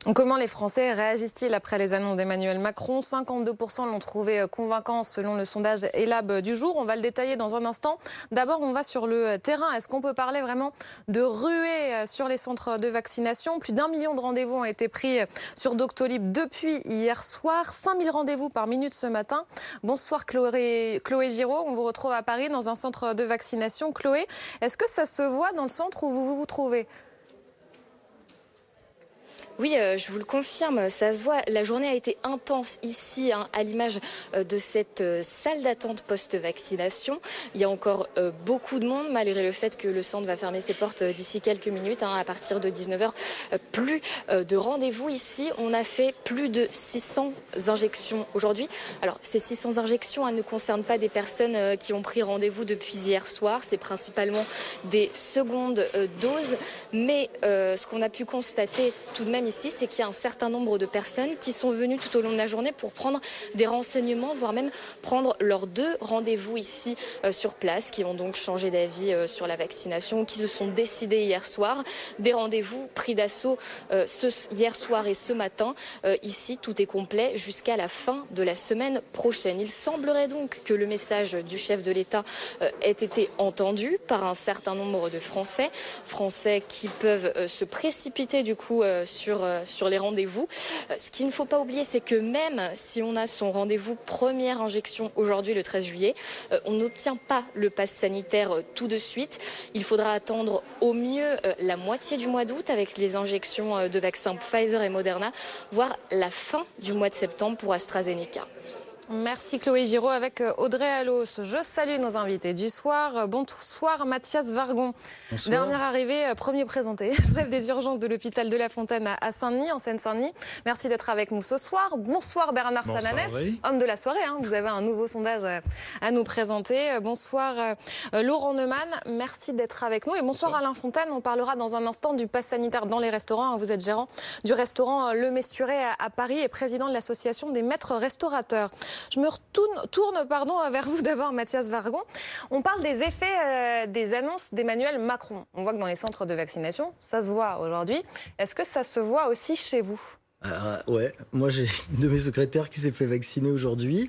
Comment les Français réagissent-ils après les annonces d'Emmanuel Macron? 52% l'ont trouvé convaincant selon le sondage Elab du jour. On va le détailler dans un instant. D'abord, on va sur le terrain. Est-ce qu'on peut parler vraiment de ruée sur les centres de vaccination? Plus d'1 million de rendez-vous ont été pris sur Doctolib depuis hier soir. 5000 rendez-vous par minute ce matin. Bonsoir Chloé Giraud. On vous retrouve à Paris dans un centre de vaccination. Chloé, est-ce que ça se voit dans le centre où vous vous trouvez? Oui, je vous le confirme, ça se voit. La journée a été intense ici, à l'image de cette salle d'attente post-vaccination. Il y a encore beaucoup de monde, malgré le fait que le centre va fermer ses portes d'ici quelques minutes. À partir de 19h, plus de rendez-vous ici. On a fait plus de 600 injections aujourd'hui. Alors, ces 600 injections ne concernent pas des personnes qui ont pris rendez-vous depuis hier soir. C'est principalement des secondes doses. Mais ce qu'on a pu constater tout de même ici, c'est qu'il y a un certain nombre de personnes qui sont venues tout au long de la journée pour prendre des renseignements, voire même prendre leurs 2 rendez-vous ici sur place, qui ont donc changé d'avis sur la vaccination, qui se sont décidés hier soir. Des rendez-vous pris d'assaut hier soir et ce matin. Ici, tout est complet jusqu'à la fin de la semaine prochaine. Il semblerait donc que le message du chef de l'État ait été entendu par un certain nombre de Français qui peuvent se précipiter du coup sur les rendez-vous. Ce qu'il ne faut pas oublier, c'est que même si on a son rendez-vous première injection aujourd'hui, le 13 juillet, on n'obtient pas le pass sanitaire tout de suite. Il faudra attendre au mieux la moitié du mois d'août avec les injections de vaccins Pfizer et Moderna, voire la fin du mois de septembre pour AstraZeneca. Merci Chloé Giraud avec Audrey Allos. Je salue nos invités du soir. Bonsoir Mathias Vargon. Bonsoir. Dernière arrivée, premier présenté, chef des urgences de l'hôpital de La Fontaine à Saint-Denis, en Seine-Saint-Denis. Merci d'être avec nous ce soir. Bonsoir Bernard Sananès, oui. homme de la soirée. Vous avez un nouveau sondage à nous présenter. Bonsoir Laurent Neumann, merci d'être avec nous. Et bonsoir Alain Fontaine. On parlera dans un instant du pass sanitaire dans les restaurants. Vous êtes gérant du restaurant Le Mesturet à Paris et président de l'association des maîtres restaurateurs. Je me tourne vers vous d'abord, Mathias Vargon. On parle des effets des annonces d'Emmanuel Macron. On voit que dans les centres de vaccination, ça se voit aujourd'hui. Est-ce que ça se voit aussi chez vous? Ouais, moi j'ai une de mes secrétaires qui s'est fait vacciner aujourd'hui.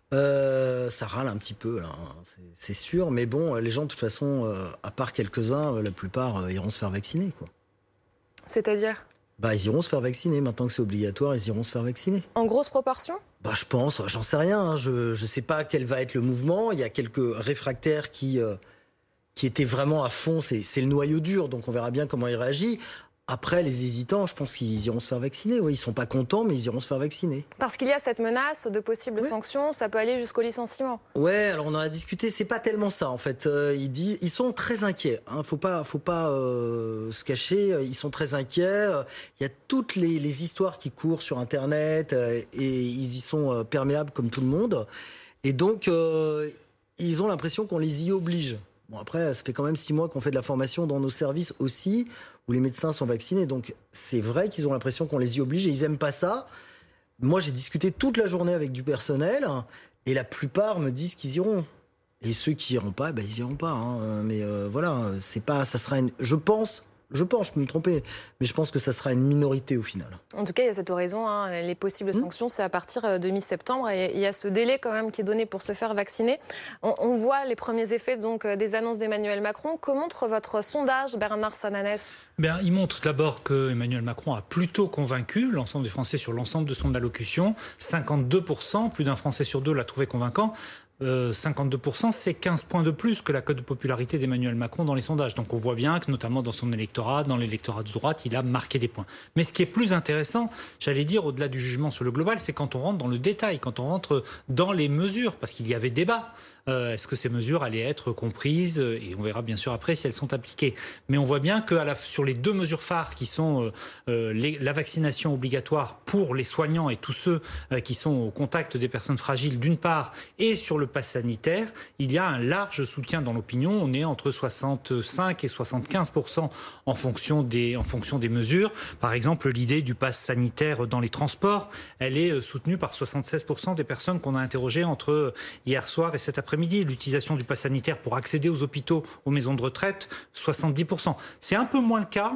Ça râle un petit peu, là, c'est sûr. Mais bon, les gens, de toute façon, à part quelques-uns, la plupart iront se faire vacciner, quoi. C'est-à-dire? Ils iront se faire vacciner. Maintenant que c'est obligatoire, ils iront se faire vacciner. En grosse proportion? Je pense, j'en sais rien. Je sais pas quel va être le mouvement. Il y a quelques réfractaires qui étaient vraiment à fond. C'est le noyau dur, donc on verra bien comment il réagit. Après, les hésitants, je pense qu'ils iront se faire vacciner. Oui, ils sont pas contents, mais ils iront se faire vacciner. Parce qu'il y a cette menace de possibles sanctions, ça peut aller jusqu'au licenciement. Ouais, alors on en a discuté. C'est pas tellement ça, en fait. Ils sont très inquiets. Faut pas se cacher. Ils sont très inquiets. Il y a toutes les histoires qui courent sur Internet et ils y sont perméables comme tout le monde. Et donc, ils ont l'impression qu'on les y oblige. Bon, après, ça fait quand même 6 mois qu'on fait de la formation dans nos services aussi, où les médecins sont vaccinés. Donc, c'est vrai qu'ils ont l'impression qu'on les y oblige et ils aiment pas ça. Moi, j'ai discuté toute la journée avec du personnel et la plupart me disent qu'ils iront. Et ceux qui iront pas, ils iront pas. Mais voilà, c'est pas, ça sera je pense, je peux me tromper, mais je pense que ça sera une minorité au final. En tout cas, il y a cette oraison. Les possibles sanctions, c'est à partir de mi-septembre. Et il y a ce délai quand même qui est donné pour se faire vacciner. On voit les premiers effets donc, des annonces d'Emmanuel Macron. Que montre votre sondage, Bernard Sananès? Il montre d'abord que Emmanuel Macron a plutôt convaincu l'ensemble des Français sur l'ensemble de son allocution. 52%, plus d'un Français sur 2 l'a trouvé convaincant. 52%, c'est 15 points de plus que la cote de popularité d'Emmanuel Macron dans les sondages. Donc on voit bien que notamment dans son électorat, dans l'électorat de droite, il a marqué des points. Mais ce qui est plus intéressant, j'allais dire au-delà du jugement sur le global, c'est quand on rentre dans le détail, quand on rentre dans les mesures, parce qu'il y avait débat. Est-ce que ces mesures allaient être comprises? Et on verra bien sûr après si elles sont appliquées. Mais on voit bien que sur les 2 mesures phares qui sont la vaccination obligatoire pour les soignants et tous ceux qui sont au contact des personnes fragiles d'une part, et sur le pass sanitaire, il y a un large soutien dans l'opinion. On est entre 65 et 75% en fonction des mesures. Par exemple, l'idée du pass sanitaire dans les transports, elle est soutenue par 76% des personnes qu'on a interrogées entre hier soir et cet après-midi. L'utilisation du pass sanitaire pour accéder aux hôpitaux, aux maisons de retraite, 70%. C'est un peu moins le cas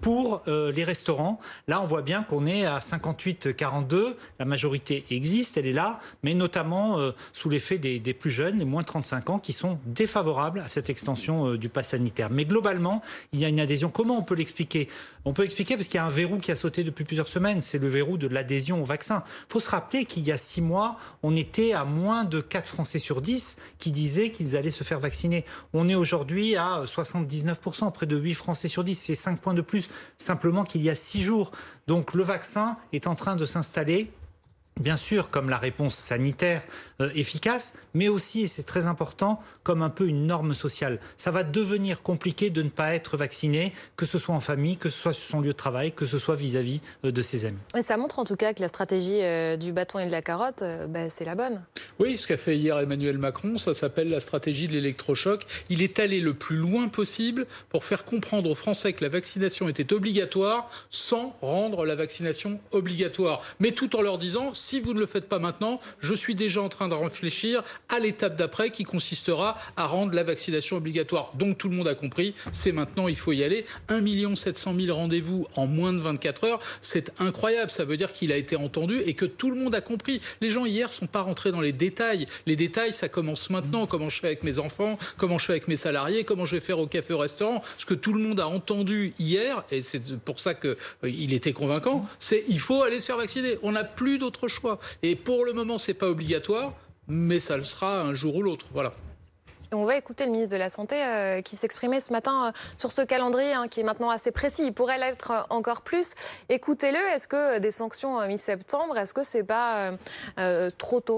pour les restaurants. Là, on voit bien qu'on est à 58-42. La majorité existe, elle est là, mais notamment sous l'effet des plus jeunes, les moins de 35 ans, qui sont défavorables à cette extension du pass sanitaire. Mais globalement, il y a une adhésion. Comment on peut l'expliquer ? On peut expliquer parce qu'il y a un verrou qui a sauté depuis plusieurs semaines. C'est le verrou de l'adhésion au vaccin. Il faut se rappeler qu'il y a 6 mois, on était à moins de 4 Français sur 10 qui disaient qu'ils allaient se faire vacciner. On est aujourd'hui à 79%, près de 8 Français sur 10. C'est 5 points de plus simplement qu'il y a 6 jours. Donc le vaccin est en train de s'installer. Bien sûr, comme la réponse sanitaire efficace, mais aussi, et c'est très important, comme un peu une norme sociale. Ça va devenir compliqué de ne pas être vacciné, que ce soit en famille, que ce soit sur son lieu de travail, que ce soit vis-à-vis de ses amis. Et ça montre en tout cas que la stratégie du bâton et de la carotte, c'est la bonne. Oui, ce qu'a fait hier Emmanuel Macron, ça s'appelle la stratégie de l'électrochoc. Il est allé le plus loin possible pour faire comprendre aux Français que la vaccination était obligatoire sans rendre la vaccination obligatoire. Mais tout en leur disant... Si vous ne le faites pas maintenant, je suis déjà en train de réfléchir à l'étape d'après qui consistera à rendre la vaccination obligatoire. Donc tout le monde a compris, c'est maintenant, il faut y aller. 1 700 000 rendez-vous en moins de 24 heures, c'est incroyable. Ça veut dire qu'il a été entendu et que tout le monde a compris. Les gens hier ne sont pas rentrés dans les détails. Les détails, ça commence maintenant. Comment je fais avec mes enfants, comment je fais avec mes salariés, comment je vais faire au café au restaurant. Ce que tout le monde a entendu hier, et c'est pour ça qu'il était convaincant, c'est il faut aller se faire vacciner. On n'a plus d'autre choix. Et pour le moment, c'est pas obligatoire, mais ça le sera un jour ou l'autre. Voilà. On va écouter le ministre de la Santé qui s'exprimait ce matin sur ce calendrier qui est maintenant assez précis. Il pourrait l'être encore plus. Écoutez-le. Est-ce que des sanctions mi-septembre, est-ce que c'est pas trop tôt ?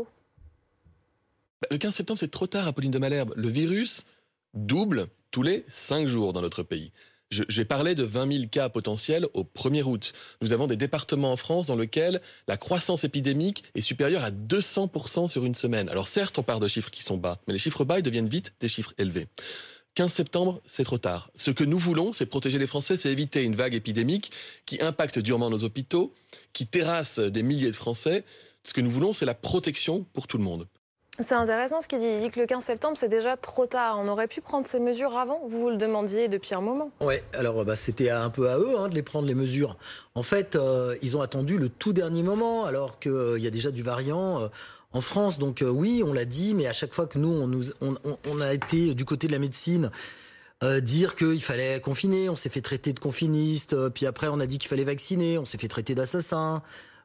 Le 15 septembre, c'est trop tard, Apolline de Malherbe. Le virus double tous les 5 jours dans notre pays. J'ai parlé de 20 000 cas potentiels au 1er août. Nous avons des départements en France dans lesquels la croissance épidémique est supérieure à 200% sur une semaine. Alors certes, on part de chiffres qui sont bas, mais les chiffres bas, ils deviennent vite des chiffres élevés. 15 septembre, c'est trop tard. Ce que nous voulons, c'est protéger les Français, c'est éviter une vague épidémique qui impacte durement nos hôpitaux, qui terrasse des milliers de Français. Ce que nous voulons, c'est la protection pour tout le monde. C'est intéressant ce qu'il dit. Il dit que le 15 septembre, c'est déjà trop tard. On aurait pu prendre ces mesures avant. Vous le demandiez depuis un moment. Ouais, alors c'était un peu à eux de les prendre, les mesures. En fait, ils ont attendu le tout dernier moment, alors qu'il y a déjà du variant en France. Donc oui, on l'a dit, mais à chaque fois que nous, on a été du côté de la médecine, dire qu'il fallait confiner, on s'est fait traiter de confiniste, puis après on a dit qu'il fallait vacciner, on s'est fait traiter d'assassin.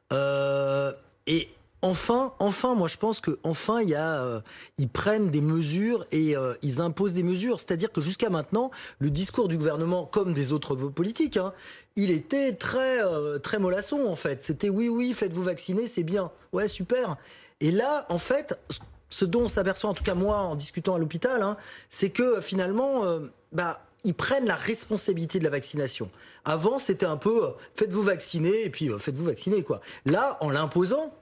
Et Enfin, moi je pense que enfin ils prennent des mesures et ils imposent des mesures. C'est-à-dire que jusqu'à maintenant, le discours du gouvernement, comme des autres politiques, il était très mollasson en fait. C'était oui, faites-vous vacciner, c'est bien, ouais super. Et là, en fait, ce dont on s'aperçoit, en tout cas moi, en discutant à l'hôpital, c'est que finalement, ils prennent la responsabilité de la vaccination. Avant, c'était un peu faites-vous vacciner et puis faites-vous vacciner quoi. Là, en l'imposant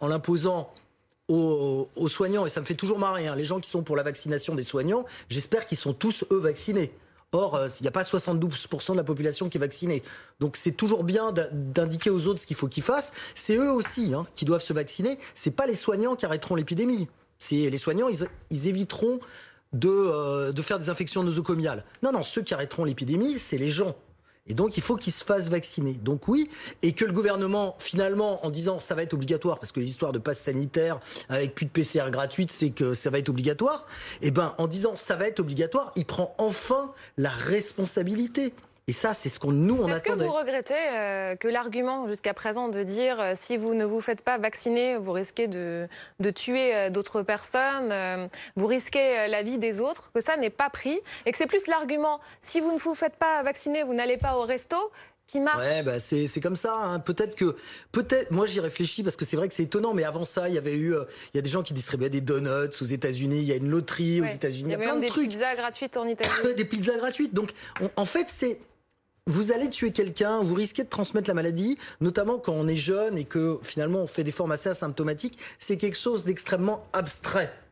aux soignants, et ça me fait toujours marrer, les gens qui sont pour la vaccination des soignants, j'espère qu'ils sont tous eux vaccinés. Or, il n'y a pas 72% de la population qui est vaccinée. Donc c'est toujours bien d'indiquer aux autres ce qu'il faut qu'ils fassent. C'est eux aussi qui doivent se vacciner. C'est pas les soignants qui arrêteront l'épidémie. C'est les soignants, ils éviteront de faire des infections nosocomiales. Non, ceux qui arrêteront l'épidémie, c'est les gens. Et donc, il faut qu'ils se fassent vacciner. Donc oui, et que le gouvernement, finalement, en disant ça va être obligatoire, parce que les histoires de passe sanitaire avec plus de PCR gratuite, c'est que ça va être obligatoire, en disant ça va être obligatoire, il prend enfin la responsabilité. Et ça, c'est ce qu'on on attendait. Est-ce que vous regrettez que l'argument jusqu'à présent de dire si vous ne vous faites pas vacciner, vous risquez de tuer d'autres personnes, vous risquez la vie des autres, que ça n'est pas pris, et que c'est plus l'argument si vous ne vous faites pas vacciner, vous n'allez pas au resto qui marche. Ouais, c'est comme ça. Peut-être, moi j'y réfléchis parce que c'est vrai que c'est étonnant, mais avant ça, il y a des gens qui distribuaient des donuts aux États-Unis, il y a une loterie aux États-Unis, il y a plein de trucs. Des pizzas gratuites en Italie. Des pizzas gratuites. Donc, en fait, vous allez tuer quelqu'un, vous risquez de transmettre la maladie, notamment quand on est jeune et que finalement on fait des formes assez asymptomatiques. C'est quelque chose d'extrêmement abstrait.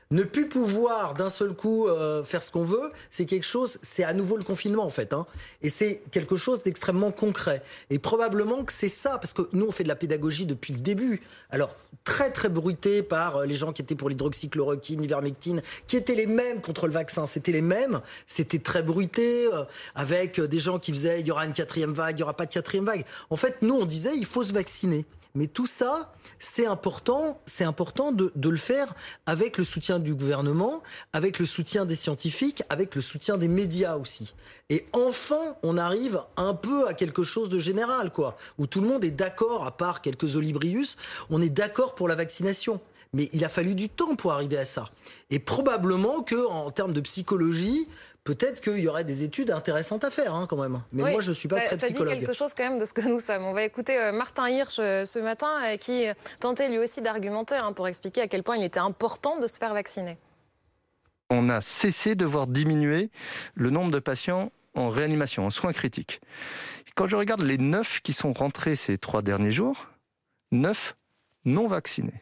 Ne plus pouvoir d'un seul coup faire ce qu'on veut, c'est quelque chose, c'est à nouveau le confinement en fait. Et c'est quelque chose d'extrêmement concret. Et probablement que c'est ça, parce que nous on fait de la pédagogie depuis le début. Alors très très bruité par les gens qui étaient pour l'hydroxychloroquine, l'ivermectine, qui étaient les mêmes contre le vaccin. C'était les mêmes, c'était très bruité, avec des gens qui faisaient il y aura une 4e vague, il n'y aura pas de 4e vague. En fait, nous on disait il faut se vacciner. Mais tout ça, c'est important de le faire avec le soutien du gouvernement, avec le soutien des scientifiques, avec le soutien des médias aussi. Et enfin, on arrive un peu à quelque chose de général, quoi, où tout le monde est d'accord, à part quelques olibrius, on est d'accord pour la vaccination. Mais il a fallu du temps pour arriver à ça. Et probablement qu'en termes de psychologie, peut-être qu'il y aurait des études intéressantes à faire quand même. Mais moi, je ne suis pas très psychologue. Ça dit quelque chose quand même de ce que nous sommes. On va écouter Martin Hirsch ce matin qui tentait lui aussi d'argumenter pour expliquer à quel point il était important de se faire vacciner. On a cessé de voir diminuer le nombre de patients en réanimation, en soins critiques. Quand je regarde les 9 qui sont rentrés ces 3 derniers jours, 9 non vaccinés.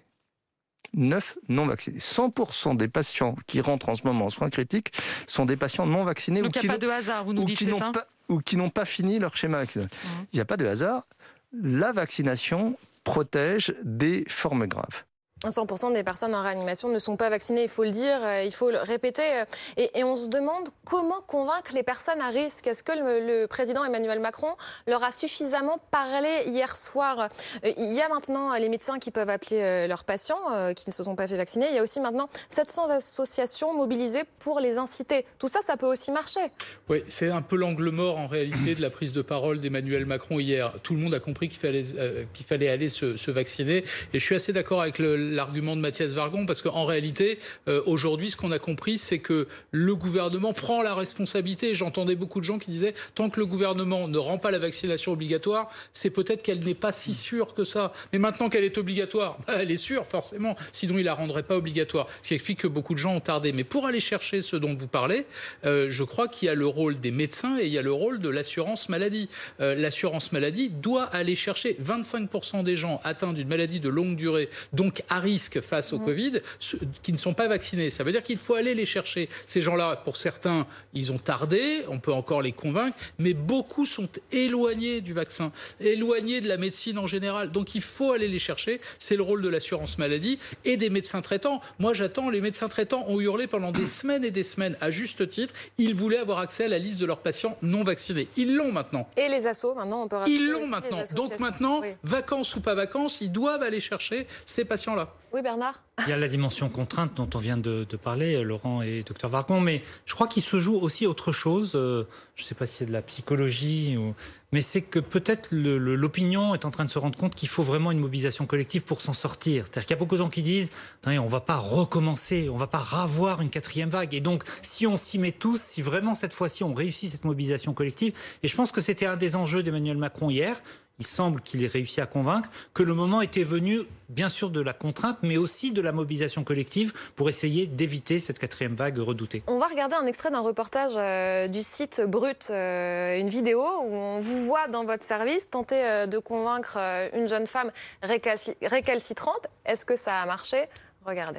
9 non vaccinés. 100% des patients qui rentrent en ce moment en soins critiques sont des patients non vaccinés. Donc il n'y a pas de hasard, vous nous dites, c'est ça ? Ou qui n'ont pas fini leur schéma vaccinal. Il n'y a pas de hasard. La vaccination protège des formes graves. 100% des personnes en réanimation ne sont pas vaccinées, il faut le dire, il faut le répéter. Et on se demande comment convaincre les personnes à risque. Est-ce que le président Emmanuel Macron leur a suffisamment parlé hier soir ? Il y a maintenant les médecins qui peuvent appeler leurs patients qui ne se sont pas fait vacciner. Il y a aussi maintenant 700 associations mobilisées pour les inciter. Tout ça, ça peut aussi marcher. Oui, c'est un peu l'angle mort en réalité de la prise de parole d'Emmanuel Macron hier. Tout le monde a compris qu'il fallait aller se vacciner. Et je suis assez d'accord avec l'argument de Mathias Vargon, parce qu'en réalité, aujourd'hui, ce qu'on a compris, c'est que le gouvernement prend la responsabilité. J'entendais beaucoup de gens qui disaient, tant que le gouvernement ne rend pas la vaccination obligatoire, c'est peut-être qu'elle n'est pas si sûre que ça. Mais maintenant qu'elle est obligatoire, elle est sûre, forcément, sinon il ne la rendrait pas obligatoire. Ce qui explique que beaucoup de gens ont tardé. Mais pour aller chercher ce dont vous parlez, je crois qu'il y a le rôle des médecins et il y a le rôle de l'assurance maladie. L'assurance maladie doit aller chercher 25% des gens atteints d'une maladie de longue durée, donc à risque face au Covid, qui ne sont pas vaccinés. Ça veut dire qu'il faut aller les chercher. Ces gens-là, pour certains, ils ont tardé, on peut encore les convaincre, mais beaucoup sont éloignés du vaccin, éloignés de la médecine en général. Donc il faut aller les chercher. C'est le rôle de l'assurance maladie et des médecins traitants. Moi, j'attends, les médecins traitants ont hurlé pendant des semaines et des semaines, à juste titre, ils voulaient avoir accès à la liste de leurs patients non vaccinés. Ils l'ont maintenant. Et les assos, maintenant, on peut rajouter. Ils l'ont maintenant. Donc maintenant, vacances ou pas vacances, ils doivent aller chercher ces patients-là. Oui, Bernard ? Il y a la dimension contrainte dont on vient de parler, Laurent et Dr Vargon, mais je crois qu'il se joue aussi autre chose. Je ne sais pas si c'est de la psychologie, mais c'est que peut-être l'opinion est en train de se rendre compte qu'il faut vraiment une mobilisation collective pour s'en sortir. C'est-à-dire qu'il y a beaucoup de gens qui disent « Attendez, on ne va pas recommencer, on ne va pas ravoir une 4e vague ». Et donc, si on s'y met tous, si vraiment cette fois-ci on réussit cette mobilisation collective, et je pense que c'était un des enjeux d'Emmanuel Macron hier, il semble qu'il ait réussi à convaincre que le moment était venu, bien sûr, de la contrainte, mais aussi de la mobilisation collective pour essayer d'éviter cette 4e vague redoutée. On va regarder un extrait d'un reportage du site Brut, une vidéo où on vous voit dans votre service tenter de convaincre une jeune femme récalcitrante. Est-ce que ça a marché ? Regardez.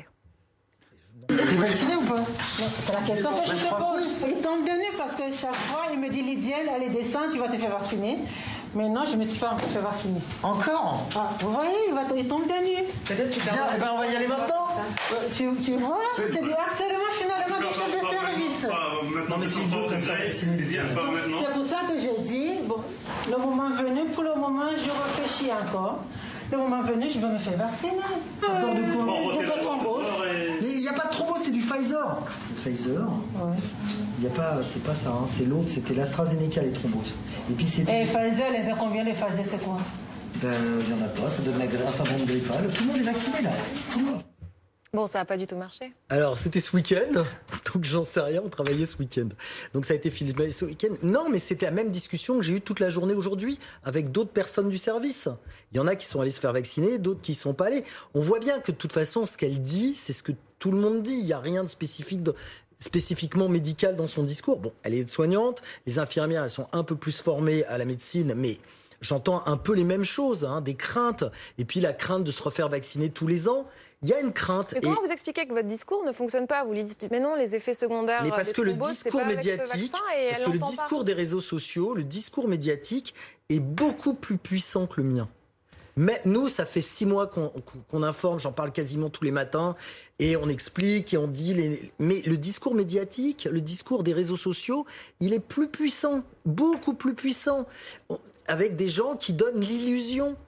T'es vacciné ou pas? Non, c'est la question que je te pose. Il tombe de nu parce que chaque fois, il me dit Lydienne, allez, descends, tu vas te faire vacciner. Mais non, je ne me suis pas fait vacciner. Encore? Vous voyez, il tombe de nu. Bien, eh ben on va y aller maintenant. Tu vois, c'est du harcèlement finalement des chefs de service. Non mais c'est idiot comme ça, C'est pour ça que j'ai dit, bon, le moment venu, pour le moment, je réfléchis encore. Le moment venu, je vais me faire vacciner. T'as peur de quoi? De thrombose. Mais il n'y a pas de thrombose, c'est du Pfizer. Pfizer? Oui. Il n'y a pas, c'est pas ça, hein. C'est l'autre, c'était l'AstraZeneca, les thromboses. Et puis c'est. Et Pfizer, les combien les Pfizer, c'est quoi? Ben, il n'y en a pas, ça donne un syndrome grippal. Tout le monde est vacciné là. Tout le monde. Bon, ça n'a pas du tout marché. Alors, c'était ce week-end, donc j'en sais rien, on travaillait ce week-end. Donc ça a été filmé ce week-end. Non, mais c'était la même discussion que j'ai eue toute la journée aujourd'hui avec d'autres personnes du service. Il y en a qui sont allés se faire vacciner, d'autres qui ne sont pas allés. On voit bien que de toute façon, ce qu'elle dit, c'est ce que tout le monde dit. Il n'y a rien de spécifiquement médical dans son discours. Bon, elle est aide-soignante, les infirmières, elles sont un peu plus formées à la médecine, mais j'entends un peu les mêmes choses, hein, des craintes. Et puis la crainte de se refaire vacciner tous les ans. il y a une crainte. Mais comment vous expliquez que votre discours ne fonctionne pas? Vous lui dites, mais non, les effets secondaires. Mais parce que le discours médiatique, parce que le discours discours des réseaux sociaux, le discours médiatique est beaucoup plus puissant que le mien. Mais nous, ça fait 6 mois qu'on informe, j'en parle quasiment tous les matins, et on explique et on dit... Mais le discours médiatique, le discours des réseaux sociaux, il est plus puissant, beaucoup plus puissant, avec des gens qui donnent l'illusion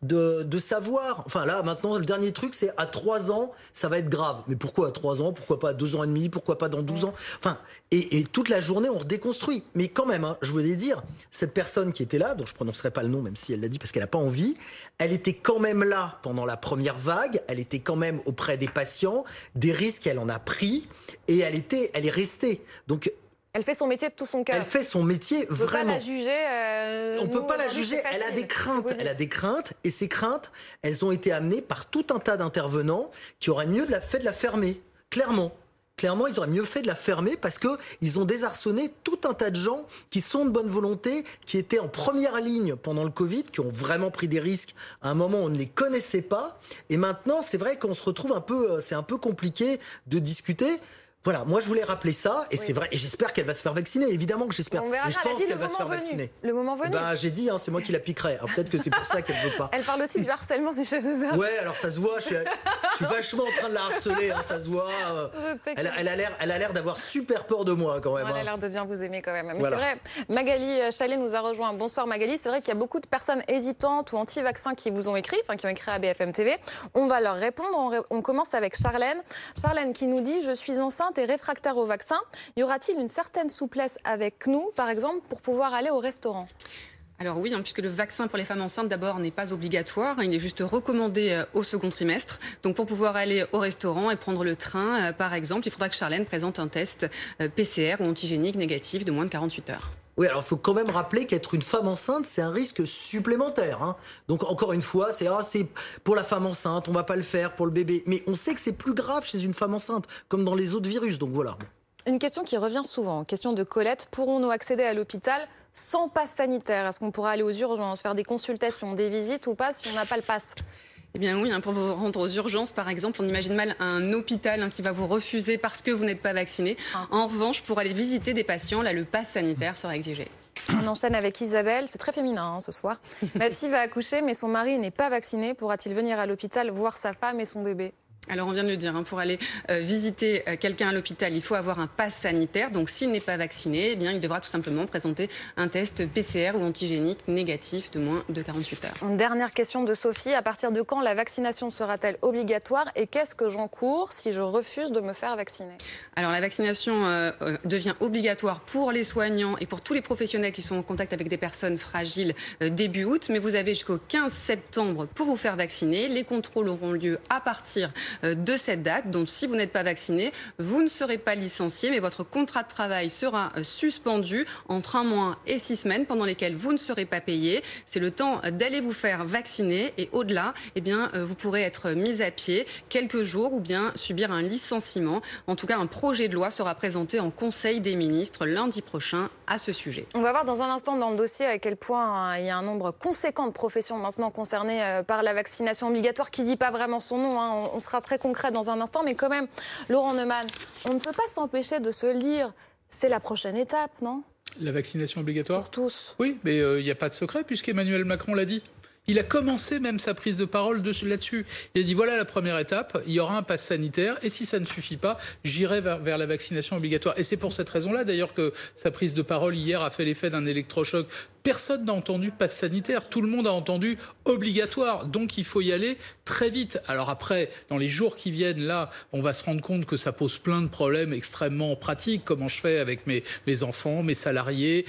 de savoir. Enfin là, maintenant, le dernier truc, c'est à 3 ans, ça va être grave. Mais pourquoi à 3 ans? Pourquoi pas à 2 ans et demi? Pourquoi pas dans 12 ans? Enfin, et toute la journée, on redéconstruit. Mais quand même, je voulais dire, cette personne qui était là, dont je ne prononcerai pas le nom, même si elle l'a dit parce qu'elle n'a pas envie, elle était quand même là pendant la première vague, elle était quand même auprès des patients, des risques, elle en a pris, et elle est restée. Donc, elle fait son métier de tout son cœur. Elle fait son métier vraiment. On peut pas la juger. On peut pas la juger. Elle a des craintes. Elle a des craintes. Et ces craintes, elles ont été amenées par tout un tas d'intervenants qui auraient mieux fait de la fermer. Clairement. Clairement, ils auraient mieux fait de la fermer parce qu'ils ont désarçonné tout un tas de gens qui sont de bonne volonté, qui étaient en première ligne pendant le Covid, qui ont vraiment pris des risques. À un moment, on ne les connaissait pas. Et maintenant, c'est vrai qu'on se retrouve c'est un peu compliqué de discuter. Voilà, moi je voulais rappeler ça, et c'est vrai, et j'espère qu'elle va se faire vacciner, évidemment que j'espère. On verra, mais je pense qu'elle va se faire vacciner. Le moment venu. J'ai dit, c'est moi qui la piquerai. Alors peut-être que c'est pour ça qu'elle veut pas. Elle parle aussi du harcèlement des chasseurs. Ouais, alors ça se voit, je suis vachement en train de la harceler, ça se voit. Elle a l'air d'avoir super peur de moi quand même. Elle a l'air de bien vous aimer quand même. Mais voilà. c'est vrai, Magali Chalet nous a rejoint. Bonsoir Magali, c'est vrai qu'il y a beaucoup de personnes hésitantes ou anti-vaccins qui vous ont écrit, qui ont écrit à BFM TV. On va leur répondre. On commence avec Charlène. Charlène qui nous dit, je suis enceinte et réfractaire au vaccin. Y aura-t-il une certaine souplesse avec nous, par exemple, pour pouvoir aller au restaurant? Alors oui, puisque le vaccin pour les femmes enceintes, d'abord, n'est pas obligatoire. Il est juste recommandé au second trimestre. Donc pour pouvoir aller au restaurant et prendre le train, par exemple, il faudra que Charlène présente un test PCR ou antigénique négatif de moins de 48 heures. Oui, alors il faut quand même rappeler qu'être une femme enceinte, c'est un risque supplémentaire. Donc encore une fois, c'est pour la femme enceinte, on va pas le faire pour le bébé. Mais on sait que c'est plus grave chez une femme enceinte, comme dans les autres virus. Donc voilà. Une question qui revient souvent, question de Colette. Pourrons-nous accéder à l'hôpital sans passe sanitaire? Est-ce qu'on pourra aller aux urgences, faire des consultations, des visites ou pas si on n'a pas le passe? Eh bien oui, pour vous rendre aux urgences, par exemple, on imagine mal un hôpital qui va vous refuser parce que vous n'êtes pas vacciné. En revanche, pour aller visiter des patients, là, le pass sanitaire sera exigé. On enchaîne avec Isabelle, c'est très féminin ce soir. Ma fille va accoucher, mais son mari n'est pas vacciné. Pourra-t-il venir à l'hôpital voir sa femme et son bébé? Alors on vient de le dire, pour aller visiter quelqu'un à l'hôpital, il faut avoir un pass sanitaire. Donc s'il n'est pas vacciné, eh bien, il devra tout simplement présenter un test PCR ou antigénique négatif de moins de 48 heures. Une dernière question de Sophie. À partir de quand la vaccination sera-t-elle obligatoire et qu'est-ce que j'encours si je refuse de me faire vacciner? Alors la vaccination devient obligatoire pour les soignants et pour tous les professionnels qui sont en contact avec des personnes fragiles début août. Mais vous avez jusqu'au 15 septembre pour vous faire vacciner. Les contrôles auront lieu à partir de cette date. Donc si vous n'êtes pas vacciné, vous ne serez pas licencié, mais votre contrat de travail sera suspendu entre 1 mois et 6 semaines pendant lesquelles vous ne serez pas payé. C'est le temps d'aller vous faire vacciner et au-delà, eh bien, vous pourrez être mis à pied quelques jours ou bien subir un licenciement. En tout cas, un projet de loi sera présenté en Conseil des ministres lundi prochain à ce sujet. On va voir dans un instant dans le dossier à quel point il y a un nombre conséquent de professions maintenant concernées par la vaccination obligatoire qui ne dit pas vraiment son nom. On sera très concret dans un instant, mais quand même, Laurent Neumann, on ne peut pas s'empêcher de se dire c'est la prochaine étape, non? La vaccination obligatoire? Pour tous. Oui, mais il n'y a pas de secret puisqu'Emmanuel Macron l'a dit. Il a commencé même sa prise de parole là-dessus. Il a dit voilà la première étape, il y aura un pass sanitaire et si ça ne suffit pas, j'irai vers la vaccination obligatoire. Et c'est pour cette raison-là d'ailleurs que sa prise de parole hier a fait l'effet d'un électrochoc. Personne n'a entendu pass sanitaire, tout le monde a entendu obligatoire. Donc il faut y aller très vite. Alors après, dans les jours qui viennent, là, on va se rendre compte que ça pose plein de problèmes extrêmement pratiques. Comment je fais avec mes enfants, mes salariés,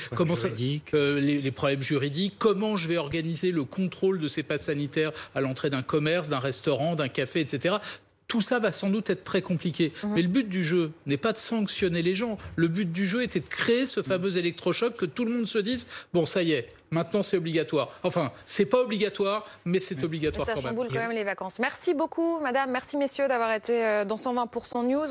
les problèmes juridiques, comment je vais organiser le contrôle de ces passes sanitaires à l'entrée d'un commerce, d'un restaurant, d'un café, etc. Tout ça va sans doute être très compliqué. Mais le but du jeu n'est pas de sanctionner les gens. Le but du jeu était de créer ce fameux électrochoc, que tout le monde se dise bon, ça y est, maintenant c'est obligatoire. Enfin, c'est pas obligatoire, mais c'est obligatoire quand même. Ça chamboule quand même les vacances. Merci beaucoup, madame. Merci, messieurs, d'avoir été dans 120% News.